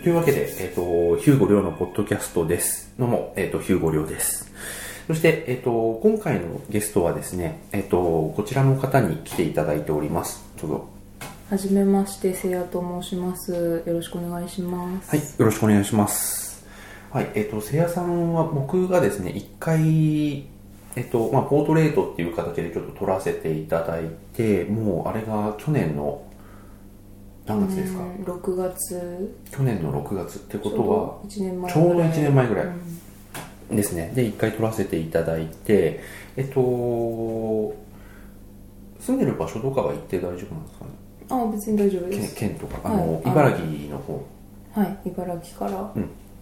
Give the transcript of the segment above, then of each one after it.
というわけで、ヒューゴリョウのポッドキャストです。どうも、ヒューゴリョウです。そして、今回のゲストはですね、こちらの方に来ていただいております。どうぞ。 はじめまして、せいやと申します。よろしくお願いします。 はい、よろしくお願いします。はい、せいやさんは僕がですね、一回、ポートレートっていう形でちょっと撮らせていただいて、もうあれが去年の何月ですか ？6月。 去年の6月ってことは 1年前ちょうど1年前ぐらいですね。で、一回撮らせていただいて、住んでる場所とかは行って大丈夫なんですかね？ 別に大丈夫です。 県とか、 はい、 茨城の方。 はい、茨城から、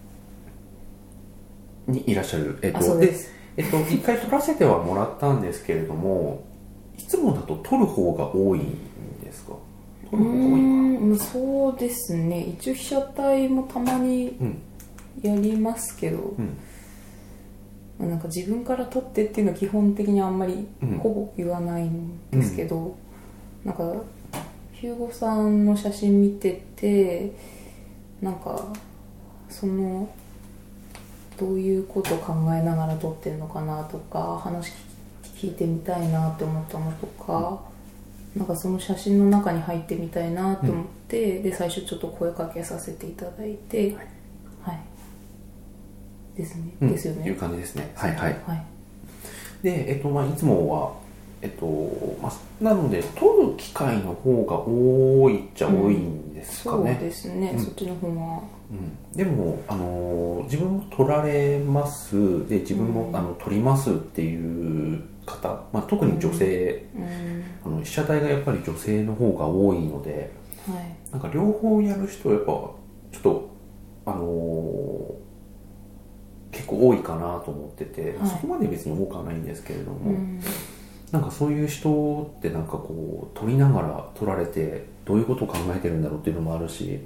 にいらっしゃる。 そうです。 一回撮らせてはもらったんですけれども、いつもだと撮る方が多いんですか？撮る方が多いかな？ そうですね。一応被写体もたまにやりますけど、なんか自分から撮ってっていうのは基本的にあんまりほぼ言わないんですけど、なんかヒューゴさんの写真見てて、なんかそのどういうことを考えながら撮ってるのかなとか、話聞いてみたいなって思ったのとか、なんかその写真の中に入ってみたいなと思って、で最初ちょっと声かけさせていただいて、はいですね、ですよね。 いう感じですね。はいはい。 はい。 で、いつもはなので撮る機会の方が多いっちゃ多いんですかね。 そうですね、そっちの方が。 でも、自分も撮られますで、自分も、撮りますっていう方、特に女性、被写体がやっぱり女性の方が多いので、なんか両方やる人はやっぱちょっと結構多いかなと思ってて、そこまで別に多くはないんですけれども、なんかそういう人ってなんかこう撮りながら撮られてどういうことを考えてるんだろうっていうのもあるし、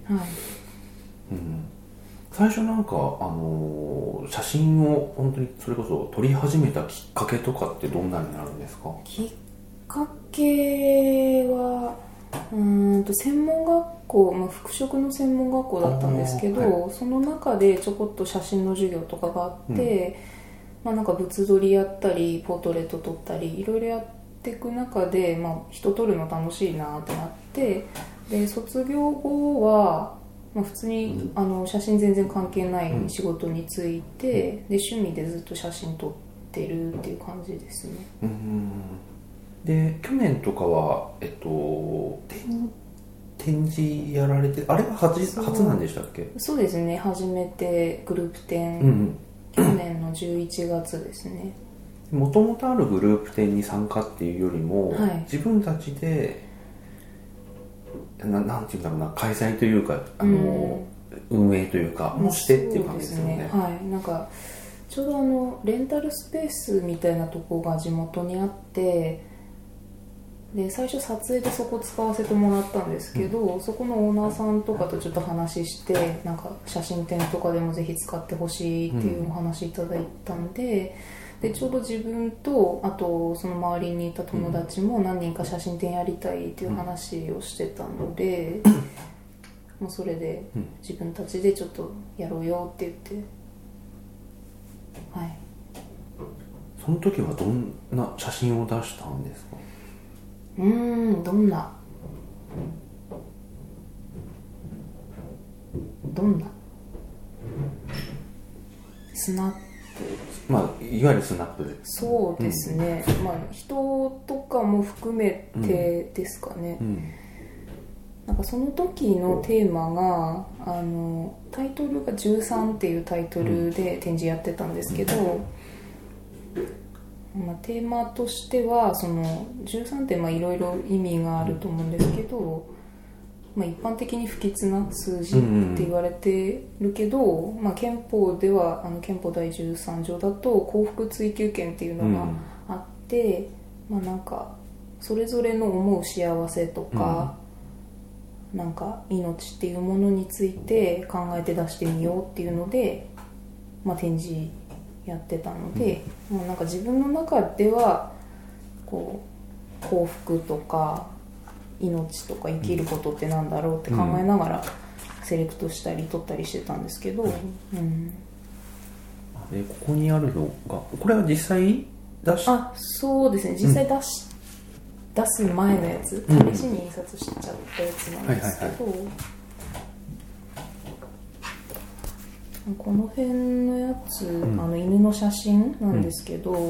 最初なんか写真を本当にそれこそ撮り始めたきっかけとかってどんなになるんですか？ きっかけは専門学校、服飾の専門学校だったんですけど、その中でちょこっと写真の授業とかがあって、なんか物撮りやったりポートレート撮ったりいろいろやっていく中で、人撮るの楽しいなってなって、で卒業後は、普通に写真全然関係ない仕事に就いて、で趣味でずっと写真撮ってるっていう感じですね。 で去年とかは展示やられて、あれは初なんでしたっけ？ そうですね、初めてグループ展、去年の11月ですね。 もともとあるグループ展に参加っていうよりも、自分たちでなんていうんだろうな、開催というか運営というかもしてっていう感じですよね。 なんかちょうどレンタルスペースみたいなとこが地元にあって、で最初撮影でそこ使わせてもらったんですけど、そこのオーナーさんとかとちょっと話して、なんか写真展とかでもぜひ使ってほしいっていうお話いただいたんで、でちょうど自分とあとその周りにいた友達も何人か写真展やりたいっていう話をしてたので、もうそれで自分たちでちょっとやろうよって言って、 その時はどんな写真を出したんですか？ どんなスナップ、 いわゆるスナップで。 そうですね、人とかも含めてですかね。なんかその時のテーマがタイトルが13っていうタイトルで展示やってたんですけど、テーマとしてはその13っていろいろ意味があると思うんですけど、一般的に不吉な数字って言われてるけど、憲法では憲法第13条だと幸福追求権っていうのがあって、なんかそれぞれの思う幸せとか、なんか命っていうものについて考えて出してみようっていうので、展示やってたので、なんか自分の中ではこう幸福とか命とか生きることってなんだろうって考えながらセレクトしたり撮ったりしてたんですけど、 でここにあるのが、これは実際出しそうですね、実際出す前のやつ、試しに印刷しちゃったやつなんですけど、この辺のやつ、犬の写真なんですけど、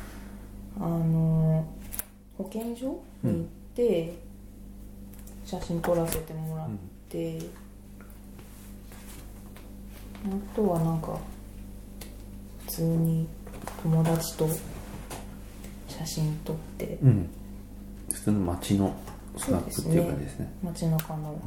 保健所に行って写真撮らせてもらって、あとはなんか普通に友達と写真撮って、 普通の街のスナップっていう感じですね。 街中の、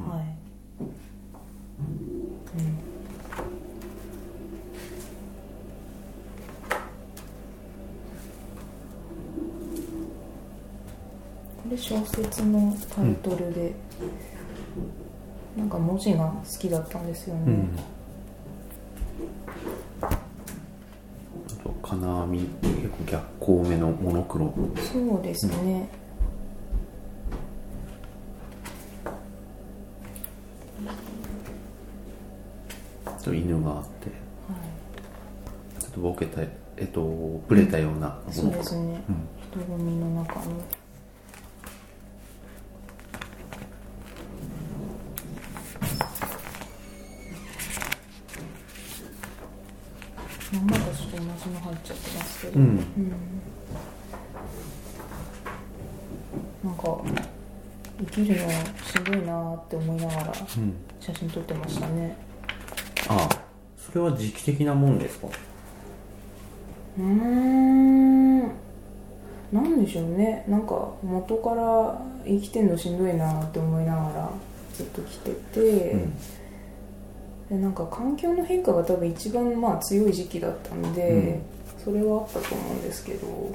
これ小説のタイトルで、なんか文字が好きだったんですよね。 あと金網、結構逆光目のモノクロ。 そうですね、 犬があって、ちょっとボケたブレたようなモノクロ。 そうですね、人混みの中のまだちょっと同じの入っちゃってますけど、なんか生きるのしんどいなって思いながら写真撮ってましたね。 それは時期的なもんですか？ なんでしょうね、なんか元から生きてんのしんどいなって思いながらずっと来てて、でなんか環境の変化が多分一番強い時期だったんで、それはあったと思うんですけど、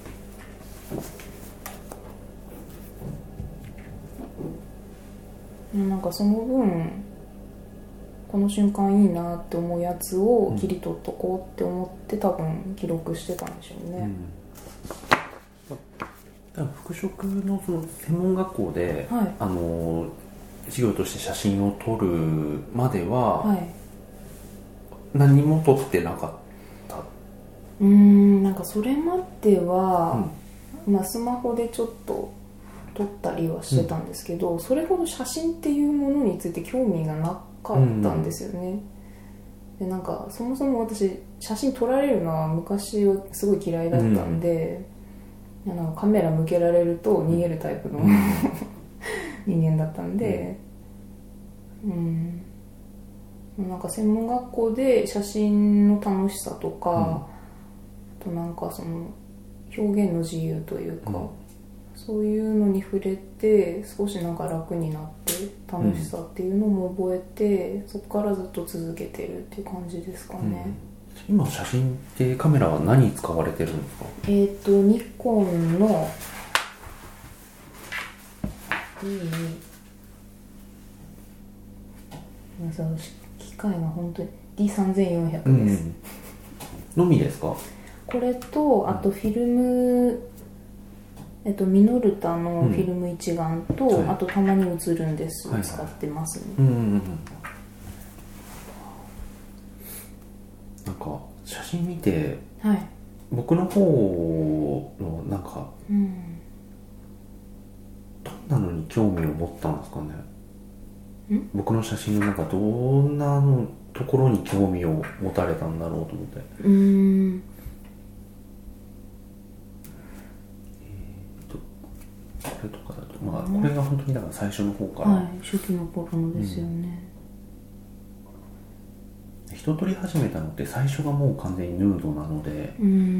なんかその分この瞬間いいなって思うやつを切り取っとこうって思って多分記録してたんでしょうね。 服飾のその専門学校で、授業として写真を撮るまでは、何も撮ってなかった。 なんかそれまでは、スマホでちょっと撮ったりはしてたんですけど、それほど写真っていうものについて興味がなかったんですよね。でなんかそもそも私写真撮られるのは昔はすごい嫌いだったんで、なんかカメラ向けられると逃げるタイプの人間だったんで、なんか専門学校で写真の楽しさとか、あとなんかその表現の自由というか、そういうのに触れて少しなんか楽になって楽しさっていうのも覚えて、そこからずっと続けてるっていう感じですかね。 今写真ってカメラは何使われてるんですか？ ニコンの機械が本当に D3400 です、 のみですか？ これとあとフィルム、ミノルタのフィルム一眼と、あとたまに映るんです、使ってますね。 なんか写真見て、僕の方のなんか、どんなのに興味を持ったんですかね。僕の写真の中どんなのところに興味を持たれたんだろうと思って。これとかだと、これが本当にだから最初の方から、 初期の頃のですよね。 人撮り始めたのって最初がもう完全にヌードなので、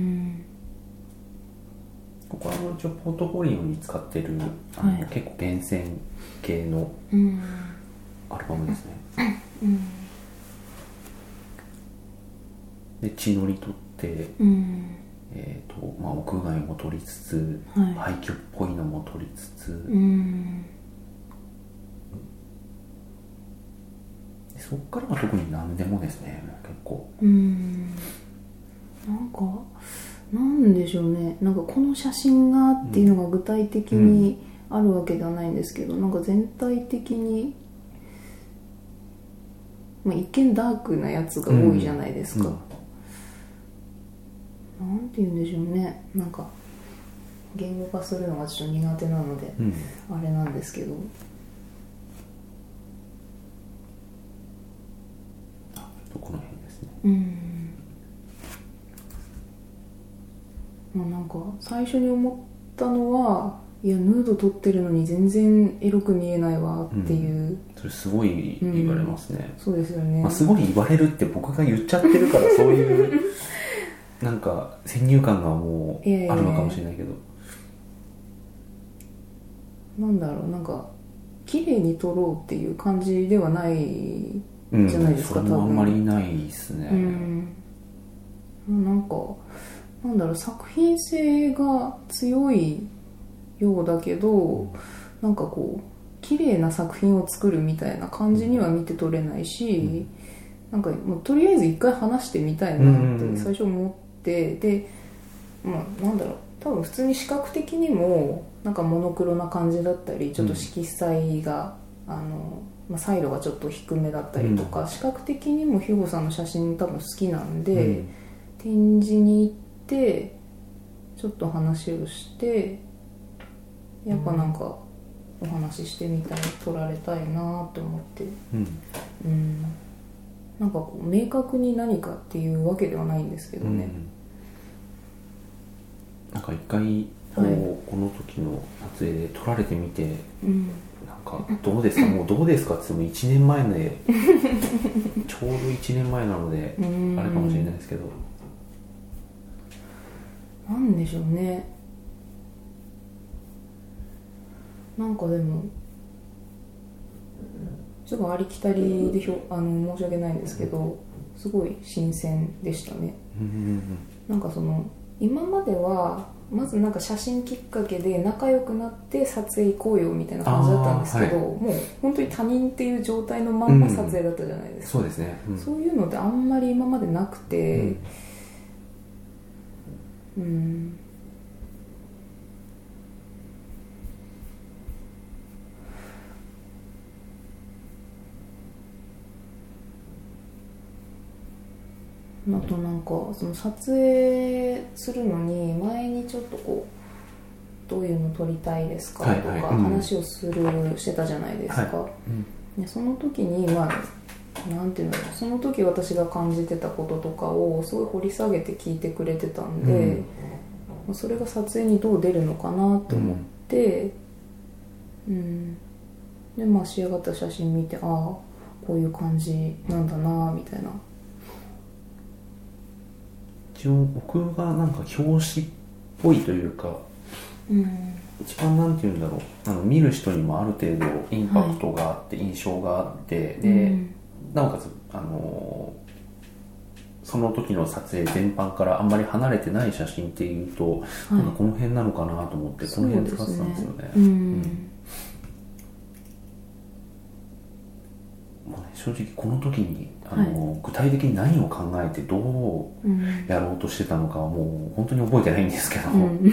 ここは一応ポートフォリオに使ってる結構厳選系のアルバムですね。で血のり取って、屋外も撮りつつ、廃墟っぽいのも撮りつつ、そっからは特に何でもですね、結構。 なんかなんでしょうね、なんかこの写真がっていうのが具体的にあるわけではないんですけど、なんか全体的にまあ、一見ダークなやつが多いじゃないですか、なんて言うんでしょうね、なんか言語化するのがちょっと苦手なので、あれなんですけど、 この辺ですね。 まあ、なんか最初に思ったのは、いやヌード撮ってるのに全然エロく見えないわっていう、 それすごい言われますね、 そうですよね、 まあ、すごい言われるって僕が言っちゃってるからそういうなんか先入観がもうあるのかもしれないけど、 なんだろう、なんか綺麗に撮ろうっていう感じではないじゃないですか、 それもあんまりないですね、 なんかなんだろう、作品性が強いようだけど、なんかこう綺麗な作品を作るみたいな感じには見て取れないし、なんかもうとりあえず一回話してみたいなって最初思って、で、まあ、なんだろう、多分普通に視覚的にもなんかモノクロな感じだったり、ちょっと色彩が、まあ、サイドがちょっと低めだったりとか、視覚的にもヒューゴさんの写真多分好きなんで、展示に行ってちょっと話をして、やっぱなんかお話ししてみたい、撮られたいなと思って、なんかこう明確に何かっていうわけではないんですけどね、 なんか一回この時の撮影で撮られてみて、なんかどうですか、もうどうですかって言っても1年前でちょうど1年前なのであれかもしれないですけど、 なんでしょうね、なんかでもちょっとありきたりで申し訳ないんですけど、すごい新鮮でしたね、なんかその今まではまずなんか写真きっかけで仲良くなって撮影行こうよみたいな感じだったんですけど、もう本当に他人っていう状態のまんま撮影だったじゃないですか、 そうですね、 そういうのってあんまり今までなくて、あとなんかその撮影するのに前にちょっとこうどういうの撮りたいですかとか話をしてたじゃないですか、でその時にまあなんていうんだろう、その時私が感じてたこととかをすごい掘り下げて聞いてくれてたんで、それが撮影にどう出るのかなと思って、でまあ仕上がった写真見て、ああこういう感じなんだなみたいな。 一応僕がなんか表紙っぽいというか、一番なんていうんだろう、見る人にもある程度インパクトがあって印象があって、でなおかつその時の撮影全般からあんまり離れてない写真っていうと、なんかこの辺なのかなと思ってこの辺使ってたんですよね。正直この時に具体的に何を考えてどうやろうとしてたのかはもう本当に覚えてないんですけど、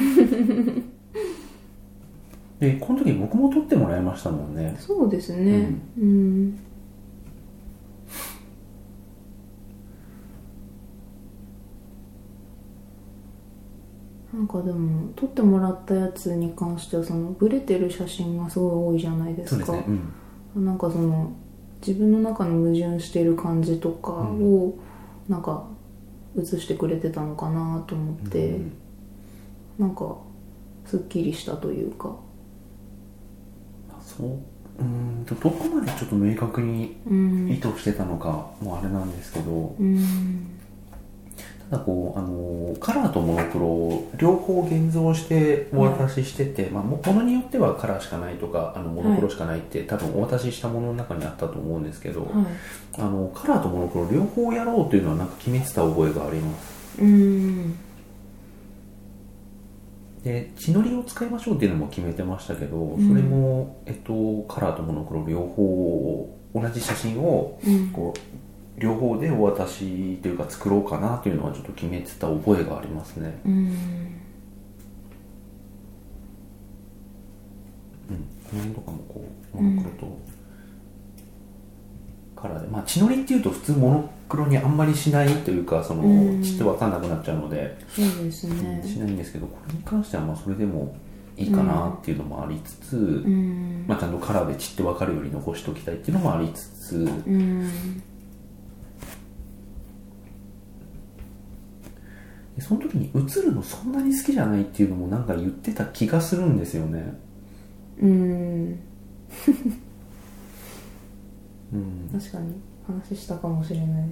でこの時僕も撮ってもらいましたもんね。 そうですね、なんかでも撮ってもらったやつに関してはそのブレてる写真がすごい多いじゃないですか。 そうですね、 なんかその自分の中の矛盾している感じとかをなんか映してくれてたのかなと思って、なんかすっきりしたというか、 どこまでちょっと明確に意図してたのかもあれなんですけど、ただこうカラーとモノクロを両方現像してお渡ししてて、ものによってはカラーしかないとかモノクロしかないって、多分お渡ししたものの中にあったと思うんですけど、カラーとモノクロ両方やろうというのはなんか決めてた覚えがあります。で血のりを使いましょうっていうのも決めてましたけど、それも、カラーとモノクロ両方を同じ写真をこう、両方でお渡しというか作ろうかなというのはちょっと決めてた覚えがありますね。この辺とかもこうモノクロとカラーで、まあ血のりっていうと普通モノクロにあんまりしないというか、その血って分かんなくなっちゃうので、 そうですね、 しないんですけど、これに関してはまあそれでもいいかなっていうのもありつつ、まあ、ちゃんとカラーで血って分かるように残しておきたいっていうのもありつつ、その時に映るのそんなに好きじゃないっていうのもなんか言ってた気がするんですよね。 確かに話したかもしれないです。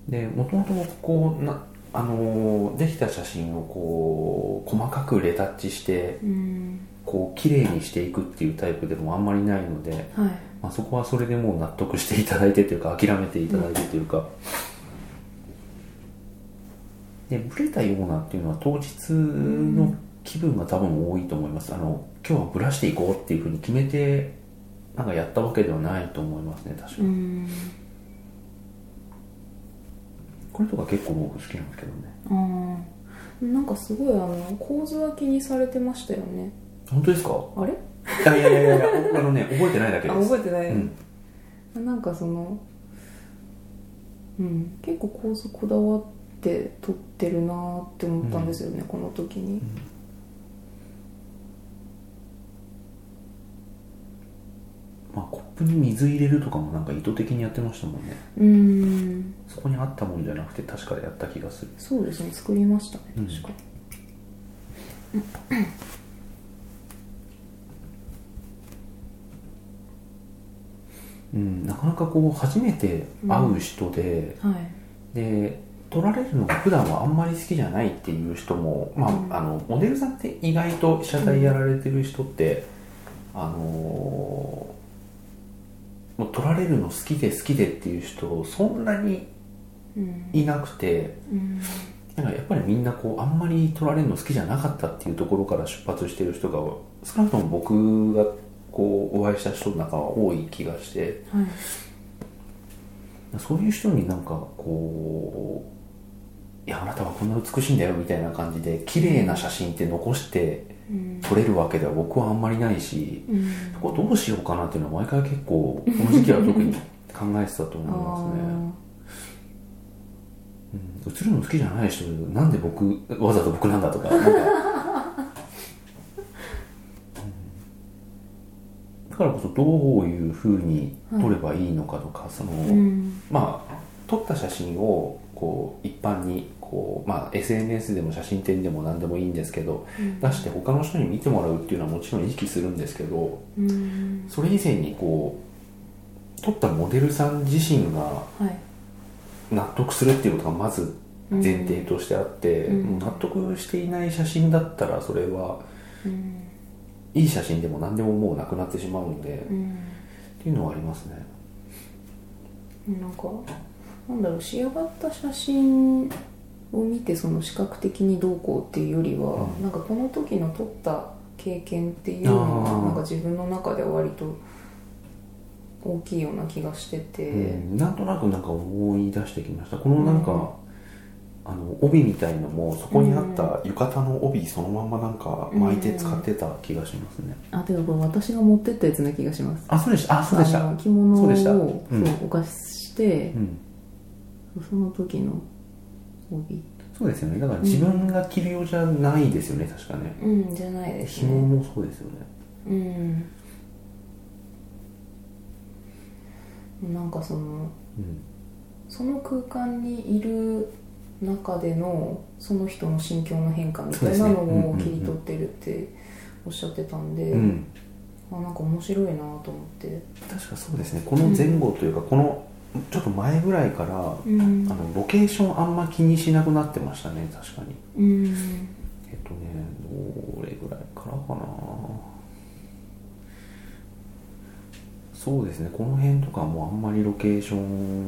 でもともとこうできた写真をこう細かくレタッチして、こう綺麗にしていくっていうタイプでもあんまりないので、まあ、そこはそれでもう納得していただいてというか諦めていただいてというか、でブレたようなっていうのは当日の気分が多分多いと思います。今日はブラしていこうっていうふうに決めてなんかやったわけではないと思いますね、確かに。これとか結構僕好きなんですけどね。 なんかすごい構図は気にされてましたよね。 本当ですか？ あれ？ いや覚えてないだけです。 覚えてない、なんかその結構構図こだわって撮ってるなーって思ったんですよね、この時に。 まあ、コップに水入れるとかもなんか意図的にやってましたもんね。そこにあったもんじゃなくて確かやった気がする。 そうですね、作りましたね、確かなかなかこう初めて会う人で、で撮られるのが普段はあんまり好きじゃないっていう人も、モデルさんって意外と被写体やられてる人って、もう撮られるの好きでっていう人そんなにいなくて、なんかやっぱりみんなこうあんまり撮られるの好きじゃなかったっていうところから出発している人が少なくとも僕がこうお会いした人の中は多い気がして、そういう人になんかこう、いやあなたはこんな美しいんだよみたいな感じで綺麗な写真って残して撮れるわけでは僕はあんまりないし、そこどうしようかなっていうのは毎回結構この時期は特に考えてたと思いますね。映るの好きじゃない人なんでわざと僕なんだとか、なんかだからこそどういう風に撮ればいいのかとか、まあ撮った写真をこう一般にこう、SNS でも写真展でも何でもいいんですけど、出して他の人に見てもらうっていうのはもちろん意識するんですけど、それ以前にこう撮ったモデルさん自身が納得するっていうことがまず前提としてあって、納得していない写真だったらそれはいい写真でも何でももうなくなってしまうので、っていうのはありますね。 なんだろう、仕上がった写真を見てその視覚的にどうこうっていうよりは、なんかこの時の撮った経験っていうのがなんか自分の中では割と大きいような気がしてて、 なんとなくなんか思い出してきました。このなんか、帯みたいのもそこにあった浴衣の帯そのままなんか巻いて使ってた気がしますね。 てかこれ私が持ってったやつな気がします。 そうでした。 着物をお貸しして、その時の帯。 そうですよね。だから自分が着るようじゃないですよね、確かね。 じゃないですね。 紐もそうですよね。 なんかその空間にいる中でのその人の心境の変化みたいなのを切り取ってるっておっしゃってたんで、なんか面白いなと思って。 確かそうですね。この前後というか、このちょっと前ぐらいから、ロケーションあんま気にしなくなってましたね、確かに。どれぐらいからかな。そうですね、この辺とかもあんまりロケーション、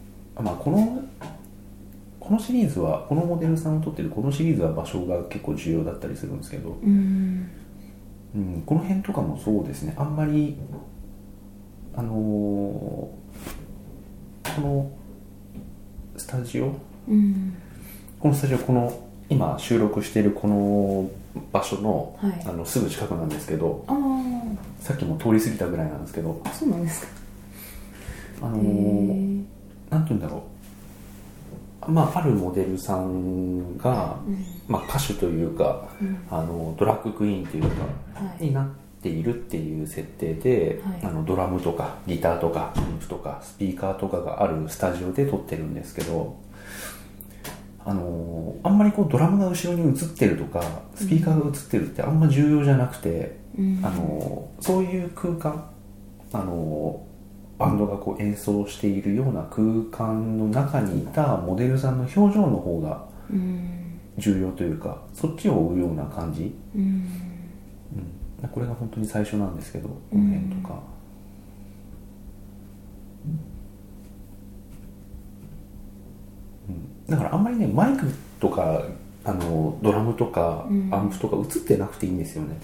このシリーズは、このモデルさんを撮ってるこのシリーズは場所が結構重要だったりするんですけど、この辺とかもそうですね、あんまりこのスタジオ、この今収録しているこの場所の、すぐ近くなんですけど、さっきも通り過ぎたぐらいなんですけど、 そうなんですか。 なんていうんだろう、あるモデルさんが、歌手というか、ドラッグクイーンというか、になっているっていう設定で、ドラムとかギターとかアンプとかスピーカーとかがあるスタジオで撮ってるんですけど、あんまりドラムが後ろに映ってるとかスピーカーが映ってるってあんま重要じゃなくて、そういう空間、バンドが演奏しているような空間の中にいたモデルさんの表情の方が重要というか、そっちを追うような感じ、これが本当に最初なんですけど、この辺とか、だからあんまりね、マイクとかドラムとかアンプとか映ってなくていいんですよね。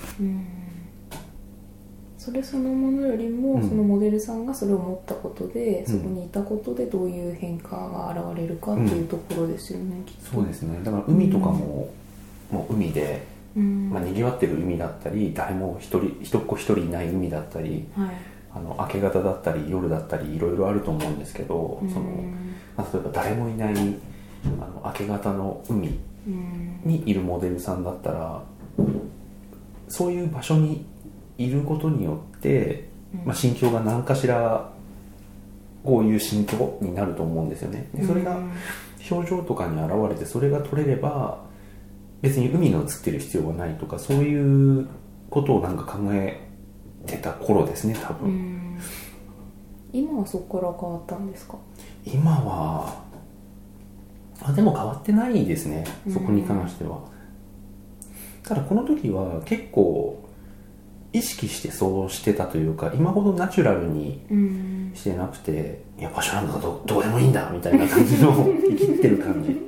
それそのものよりも、そのモデルさんがそれを持ったことで、そこにいたことでどういう変化が現れるかっていうところですよね、きっと。 そうですね。だから海とかも、もう海で、にぎわってる海だったり、誰も一っ子一人いない海だったり、明け方だったり夜だったりいろいろあると思うんですけど、例えば誰もいない明け方の海にいるモデルさんだったら、そういう場所にいることによって、心境が何かしらこういう心境になると思うんですよね。でそれが表情とかに現れて、それが撮れれば別に海が映ってる必要はないとか、そういうことをなんか考えてた頃ですね、多分。 今はそこから変わったんですか？ 今はでも変わってないですね、そこに関しては。ただこの時は結構意識してそうしてたというか、今ほどナチュラルにしてなくて、いや場所なんだからどうでもいいんだみたいな感じの生きってる感じ。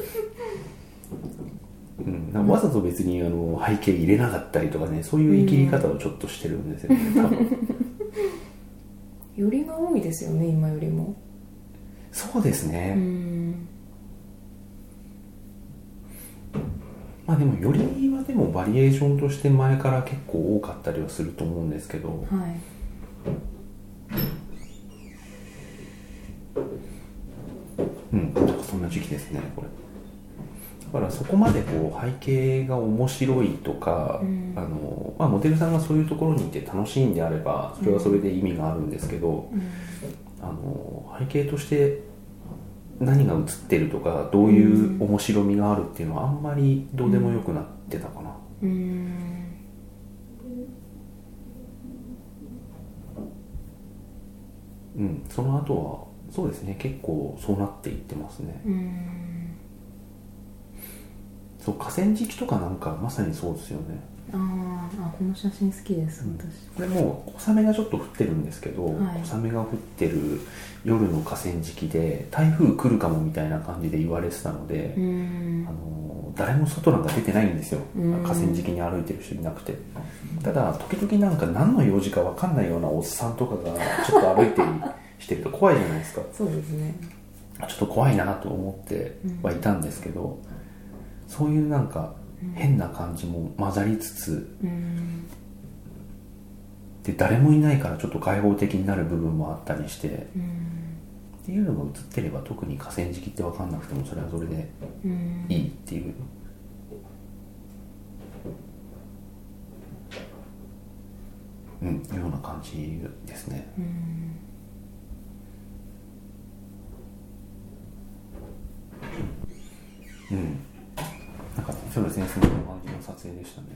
わざと別に背景入れなかったりとかね、そういう生きり方をちょっとしてるんですよね、多分。 よりが多いですよね、今よりも。 そうですね。でもよりはでもバリエーションとして前から結構多かったりはすると思うんですけど、そんな時期ですね、これ。だからそこまで背景が面白いとか、モデルさんがそういうところにいて楽しいんであれば、それはそれで意味があるんですけど、背景として何が映ってるとか、どういう面白みがあるっていうのはあんまりどうでもよくなってたかな。その後はそうですね、結構そうなっていってますね。そう、河川敷とかなんかまさにそうですよね。 この写真好きです、私。 これもう小雨がちょっと降ってるんですけど、小雨が降ってる夜の河川敷で台風来るかもみたいな感じで言われてたので、誰も外なんか出てないんですよ、河川敷に歩いてる人いなくて。ただ時々なんか何の用事か分かんないようなおっさんとかがちょっと歩いてしてると怖いじゃないですか。 そうですね。 ちょっと怖いなと思ってはいたんですけど、そういうなんか変な感じも混ざりつつ、で誰もいないからちょっと開放的になる部分もあったりして、っていうのが映ってれば特に河川敷って分かんなくてもそれはそれでいいっていう、ような感じですね。なんかそうですね、そんな感じの撮影でしたね。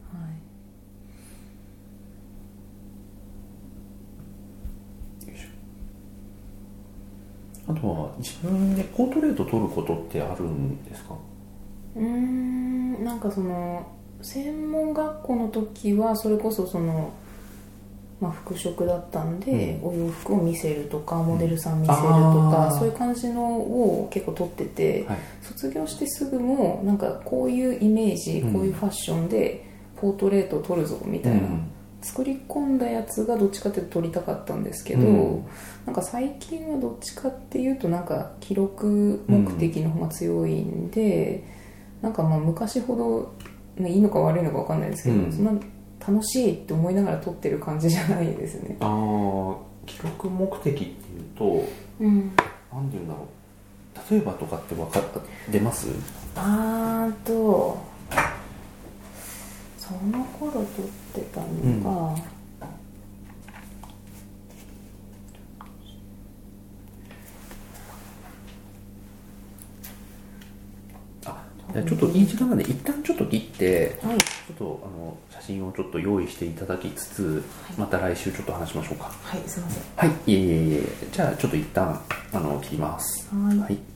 よいしょ。あとは自分でポートレート撮ることってあるんですか？ なんかその専門学校の時はそれこそ服飾だったんで、お洋服を見せるとかモデルさん見せるとか、そういう感じのを結構撮ってて、卒業してすぐもなんかこういうイメージ、こういうファッションでポートレートを撮るぞみたいな、作り込んだやつがどっちかっていうと撮りたかったんですけど、なんか最近はどっちかっていうとなんか記録目的の方が強いんで、なんか昔ほどいいのか悪いのか分かんないですけど、そんな楽しいって思いながら撮ってる感じじゃないですね。 記録目的っていうと、 うん、 なんていうんだろう、例えばとかって出ます？ その頃撮ってたのが、 じゃあちょっといい時間なんで一旦ちょっと切って、 はい、 ちょっと写真をちょっと用意していただきつつ、はい、また来週ちょっと話しましょうか。 はい、すいません。 はい、いえいえいえ。じゃあちょっと一旦切ります。 はい、 はい。